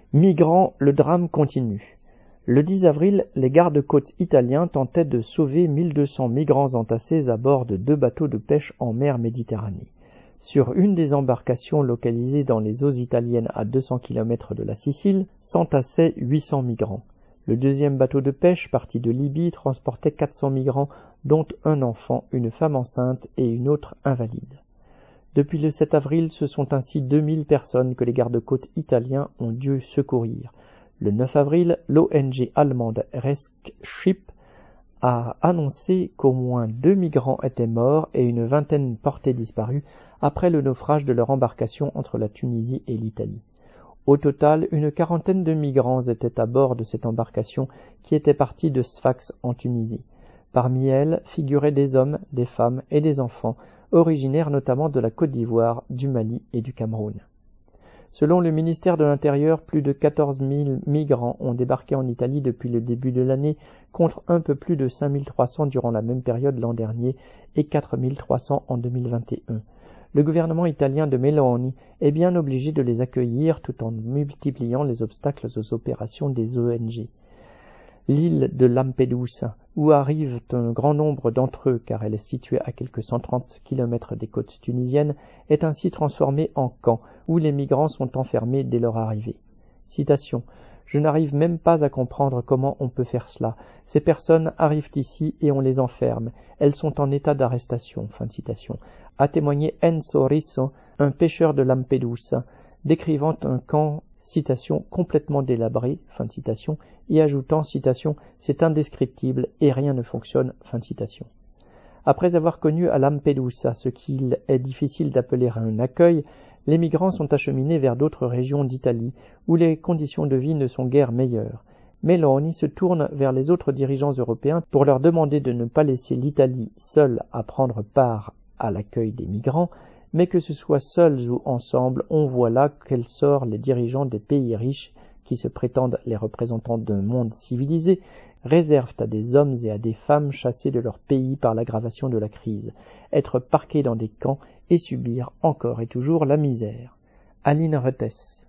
Migrants, le drame continue. Le 10 avril, les gardes-côtes italiens tentaient de sauver 1200 migrants entassés à bord de 2 bateaux de pêche en mer Méditerranée. Sur une des embarcations localisées dans les eaux italiennes à 200 km de la Sicile, s'entassaient 800 migrants. Le deuxième bateau de pêche, parti de Libye, transportait 400 migrants, dont un enfant, une femme enceinte et une autre invalide. Depuis le 7 avril, ce sont ainsi 2000 personnes que les gardes-côtes italiens ont dû secourir. Le 9 avril, l'ONG allemande Rescue a annoncé qu'au moins 2 migrants étaient morts et une vingtaine portés disparus après le naufrage de leur embarcation entre la Tunisie et l'Italie. Au total, une quarantaine de migrants étaient à bord de cette embarcation qui était partie de Sfax en Tunisie. Parmi elles figuraient des hommes, des femmes et des enfants, originaires notamment de la Côte d'Ivoire, du Mali et du Cameroun. Selon le ministère de l'Intérieur, plus de 14 000 migrants ont débarqué en Italie depuis le début de l'année, contre un peu plus de 5 300 durant la même période l'an dernier et 4 300 en 2021. Le gouvernement italien de Meloni est bien obligé de les accueillir tout en multipliant les obstacles aux opérations des ONG. L'île de Lampedusa, où arrivent un grand nombre d'entre eux car elle est située à quelques 130 km des côtes tunisiennes, est ainsi transformée en camp où les migrants sont enfermés dès leur arrivée. Citation. « Je n'arrive même pas à comprendre comment on peut faire cela. Ces personnes arrivent ici et on les enferme. Elles sont en état d'arrestation. » Fin de citation. A témoigné Enzo Risso, un pêcheur de Lampedusa, décrivant un camp, citation, complètement délabré, fin de citation, et ajoutant, citation, c'est indescriptible et rien ne fonctionne, fin de citation. Après avoir connu à Lampedusa ce qu'il est difficile d'appeler un accueil, les migrants sont acheminés vers d'autres régions d'Italie où les conditions de vie ne sont guère meilleures. Meloni se tourne vers les autres dirigeants européens pour leur demander de ne pas laisser l'Italie seule à prendre part à l'accueil des migrants, mais que ce soit seuls ou ensemble, on voit là qu'elle sort les dirigeants des pays riches, qui se prétendent les représentants d'un monde civilisé, réservent à des hommes et à des femmes chassés de leur pays par l'aggravation de la crise, être parqués dans des camps et subir encore et toujours la misère. Aline Retes.